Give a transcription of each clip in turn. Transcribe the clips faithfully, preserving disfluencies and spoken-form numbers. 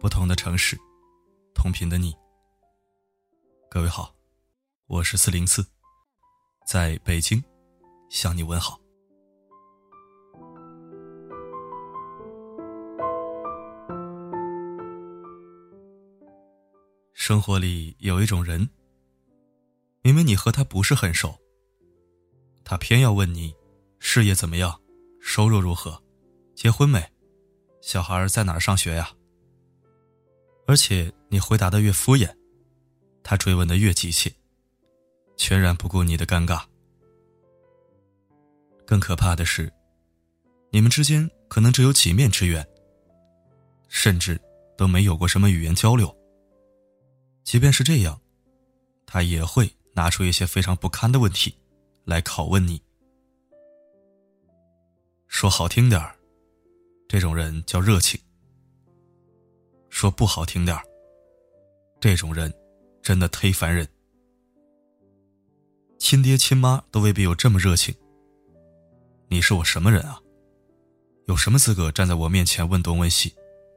不同的城市，同频的你。各位好，我是四零四，在北京向你问好。生活里有一种人，明明你和他不是很熟，他偏要问你事业怎么样，收入如何，结婚没，小孩在哪儿上学呀？而且你回答的越敷衍，他追问的越急切，全然不顾你的尴尬。更可怕的是，你们之间可能只有几面之缘，甚至都没有过什么语言交流。即便是这样，他也会拿出一些非常不堪的问题来拷问你。说好听点儿，这种人叫热情；说不好听点儿，这种人真的忒烦人。亲爹亲妈都未必有这么热情，你是我什么人啊？有什么资格站在我面前问东问西？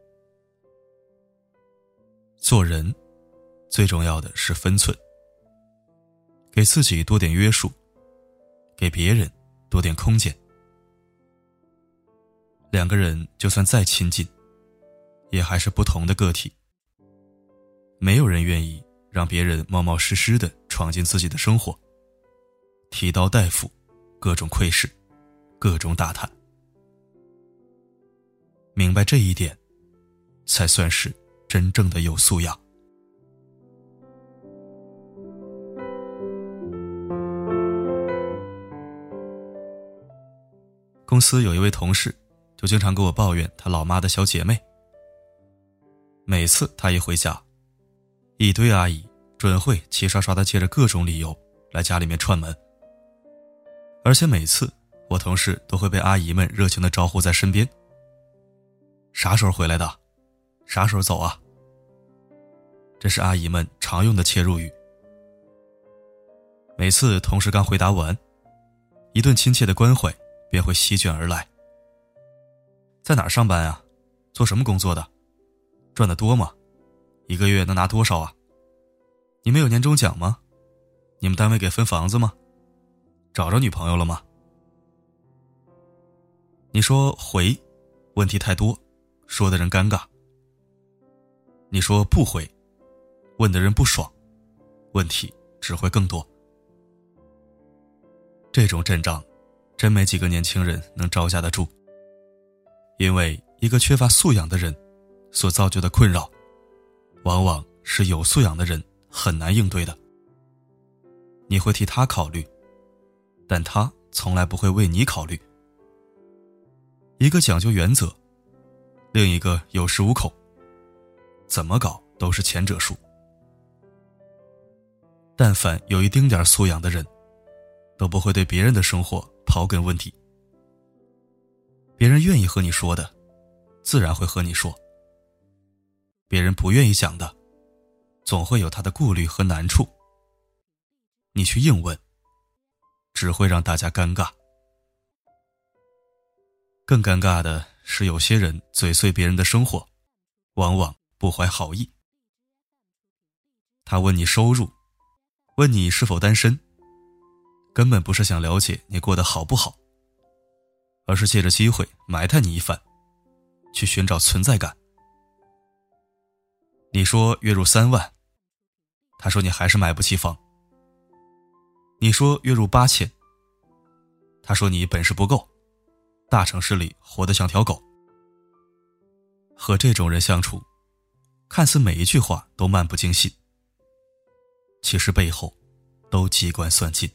做人最重要的是分寸，给自己多点约束，给别人多点空间。两个人就算再亲近，也还是不同的个体。没有人愿意让别人冒冒失失地闯进自己的生活，提刀带斧，各种窥视，各种打探。明白这一点，才算是真正的有素养。公司有一位同事，就经常跟我抱怨他老妈的小姐妹。每次他一回家，一堆阿姨准会齐刷刷地借着各种理由来家里面串门，而且每次我同事都会被阿姨们热情地招呼在身边。啥时候回来的？啥时候走啊？这是阿姨们常用的切入语。每次同事刚回答完，一顿亲切的关怀便会席卷而来。在哪儿上班啊？做什么工作的？赚得多吗？一个月能拿多少啊？你们有年终奖吗？你们单位给分房子吗？找着女朋友了吗？你说回，问题太多，说的人尴尬。你说不回，问的人不爽，问题只会更多。这种阵仗真没几个年轻人能招架得住，因为一个缺乏素养的人所造就的困扰，往往是有素养的人很难应对的。你会替他考虑，但他从来不会为你考虑。一个讲究原则，另一个有恃无恐，怎么搞都是前者输。但凡有一丁点素养的人，都不会对别人的生活刨根问底。别人愿意和你说的，自然会和你说。别人不愿意讲的，总会有他的顾虑和难处。你去硬问，只会让大家尴尬。更尴尬的是，有些人嘴碎别人的生活，往往不怀好意。他问你收入，问你是否单身，根本不是想了解你过得好不好，而是借着机会埋汰你一番，去寻找存在感。你说月入三万，他说你还是买不起房。你说月入八千，他说你本事不够，大城市里活得像条狗。和这种人相处，看似每一句话都漫不经心，其实背后都机关算尽。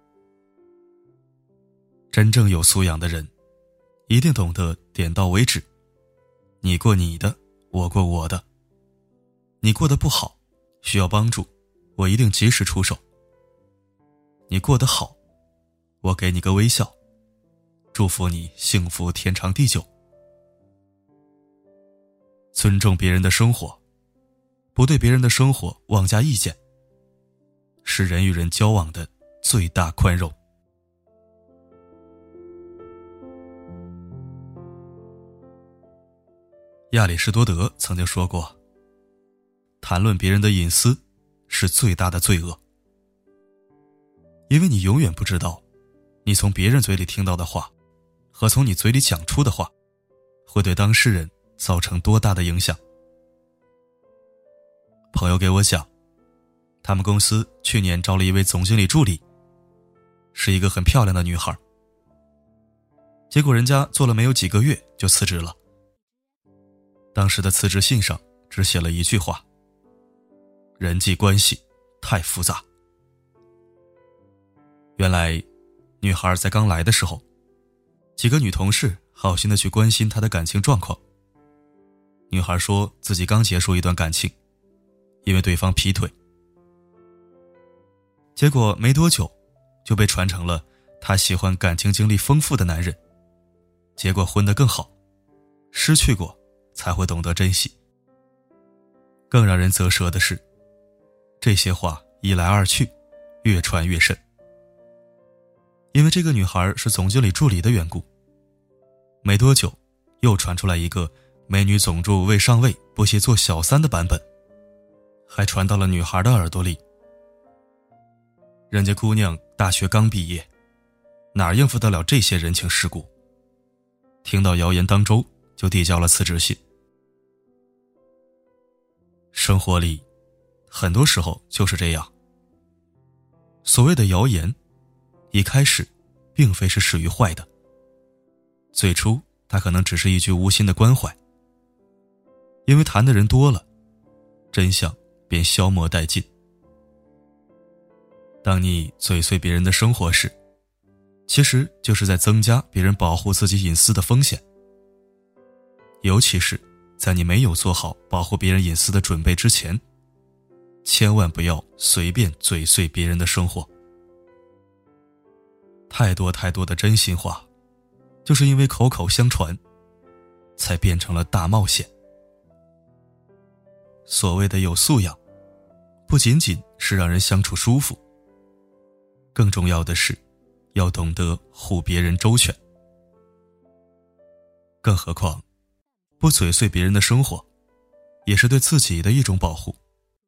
真正有素养的人，一定懂得点到为止。你过你的，我过我的。你过得不好，需要帮助，我一定及时出手。你过得好，我给你个微笑，祝福你幸福天长地久。尊重别人的生活，不对别人的生活妄加意见，是人与人交往的最大宽容。亚里士多德曾经说过， 谈论别人的隐私是最大的罪恶。因为你永远不知道，你从别人嘴里听到的话和从你嘴里讲出的话会对当事人造成多大的影响。朋友给我讲，他们公司去年招了一位总经理助理，是一个很漂亮的女孩，结果人家做了没有几个月就辞职了。当时的辞职信上只写了一句话：人际关系太复杂。原来女孩在刚来的时候，几个女同事好心的去关心她的感情状况。女孩说自己刚结束一段感情，因为对方劈腿，结果没多久就被传成了她喜欢感情经历丰富的男人，结果混得更好，失去过才会懂得珍惜。更让人啧舌的是，这些话一来二去越传越深。因为这个女孩是总经理助理的缘故，没多久又传出来一个美女总助未上位不惜做小三的版本，还传到了女孩的耳朵里。人家姑娘大学刚毕业，哪应付得了这些人情世故？听到谣言当周就递交了辞职信。生活里很多时候就是这样，所谓的谣言一开始并非是始于坏的，最初它可能只是一句无心的关怀，因为谈的人多了，真相便消磨殆尽。当你嘴碎别人的生活时，其实就是在增加别人保护自己隐私的风险，尤其是在你没有做好保护别人隐私的准备之前，千万不要随便嘴碎别人的生活。太多太多的真心话，就是因为口口相传，才变成了大冒险。所谓的有素养，不仅仅是让人相处舒服，更重要的是要懂得护别人周全。更何况，不嘴碎别人的生活，也是对自己的一种保护。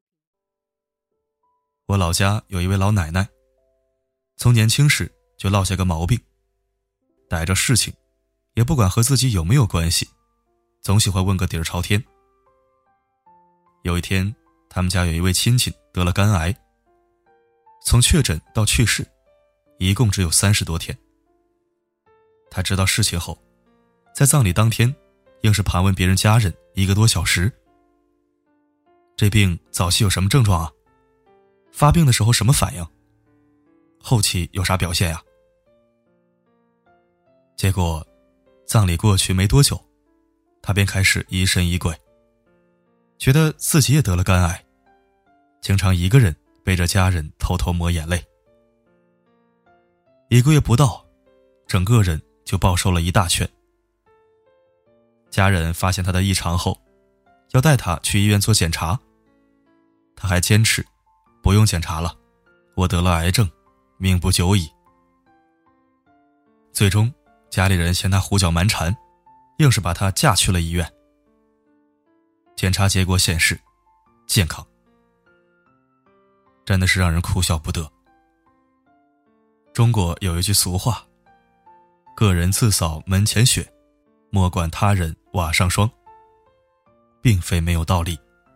我老家有一位老奶奶，从年轻时就落下个毛病，逮着事情也不管和自己有没有关系，总喜欢问个底儿朝天。有一天，他们家有一位亲戚得了肝癌，从确诊到去世一共只有三十多天。他知道事情后，在葬礼当天硬是盘问别人家人一个多小时。这病早期有什么症状啊？发病的时候什么反应？后期有啥表现呀？结果葬礼过去没多久，他便开始疑神疑鬼，觉得自己也得了肝癌，经常一个人背着家人偷偷抹眼泪。一个月不到，整个人就暴瘦了一大圈。家人发现他的异常后，要带他去医院做检查，他还坚持不用检查了，我得了癌症，命不久矣。最终家里人嫌他胡搅蛮缠，硬是把他架去了医院。检查结果显示健康，真的是让人哭笑不得。中国有一句俗话，个人自扫门前雪，莫管他人瓦上霜，并非没有道理。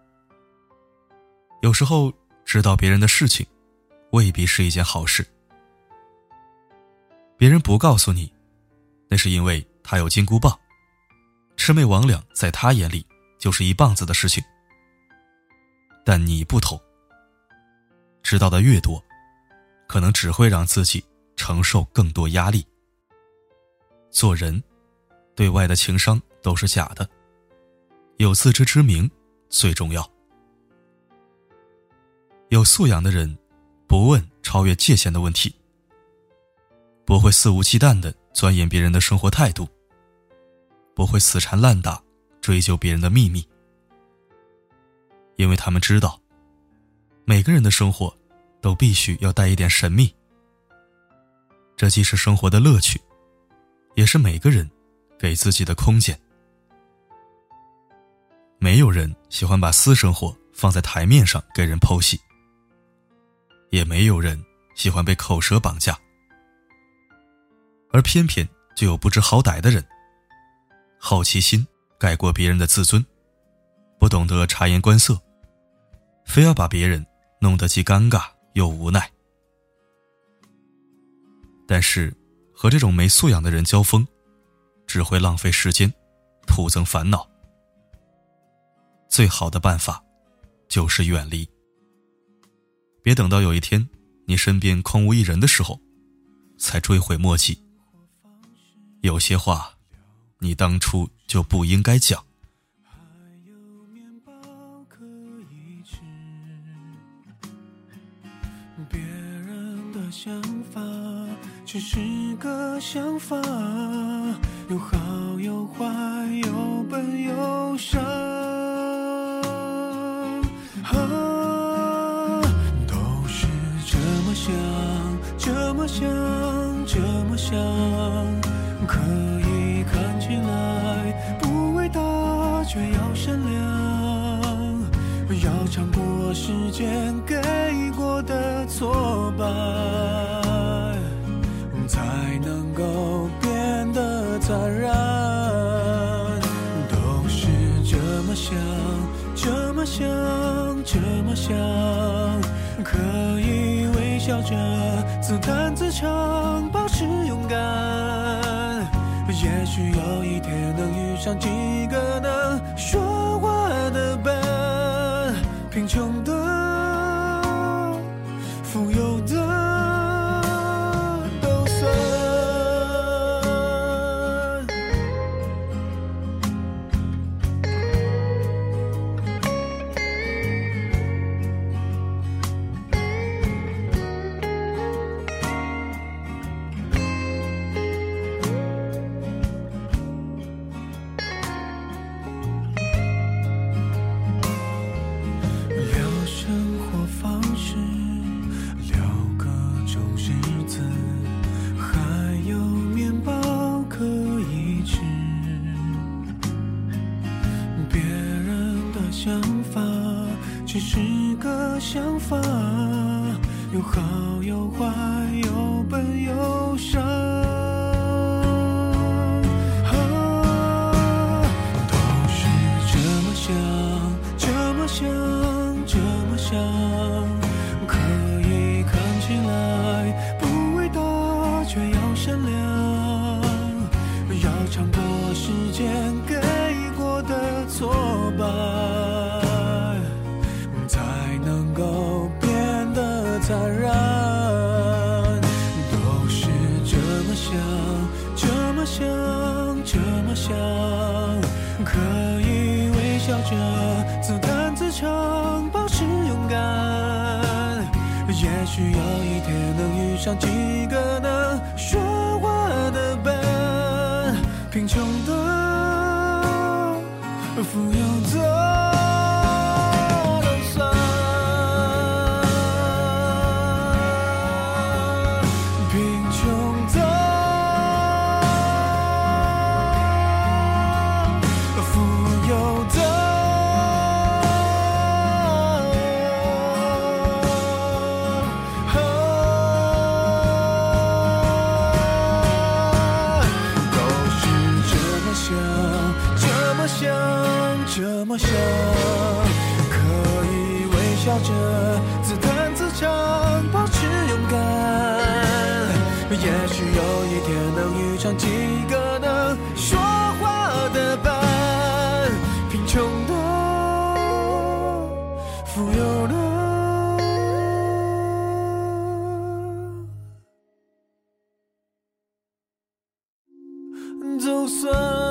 有时候知道别人的事情未必是一件好事，别人不告诉你，那是因为他有金箍棒，魑魅魍魉在他眼里就是一棒子的事情。但你不同，知道的越多，可能只会让自己承受更多压力。做人对外的情商都是假的，有自知之明最重要。有素养的人不问超越界限的问题，不会肆无忌惮地钻研别人的生活态度，不会死缠烂打追究别人的秘密，因为他们知道每个人的生活都必须要带一点神秘，这既是生活的乐趣，也是每个人给自己的空间。没有人喜欢把私生活放在台面上给人剖析，也没有人喜欢被口舌绑架。而偏偏就有不知好歹的人，好奇心盖过别人的自尊，不懂得察言观色，非要把别人弄得既尴尬又无奈。但是和这种没素养的人交锋，只会浪费时间，徒增烦恼。最好的办法就是远离。别等到有一天你身边空无一人的时候才追悔莫及。有些话你当初就不应该讲。 别人的想法只是个想法，有好有坏，有笨有傻，啊，都是这么想，这么想，这么想，可以看起来不伟大，却要善良，要尝过时间给过的挫败，才能够变得坦然。都是这么想，这么想，这么想，可以微笑着自弹自唱，保持勇敢。也许有一天能遇上几个能说话的笨，贫穷的富有的都算。聊生活方式，聊各种日子，还有面包可以吃。别人的想法只是个想法，有好有坏，有笨有傻，啊，都是这么想，这么想，这么想，可以看起来不伟大，却要善良，要尝过时间给过的挫败，才能够变得坦然。都是这么想，这么想，这么想，可以微笑着自弹自唱，保持勇敢。也许有一天能遇上几个能说话的笨，贫穷的富有的都算。贫穷的富有的这么想，可以微笑着自弹自唱，保持勇敢。也许有一天能遇上几个能说话的笨，贫穷的富有的就算。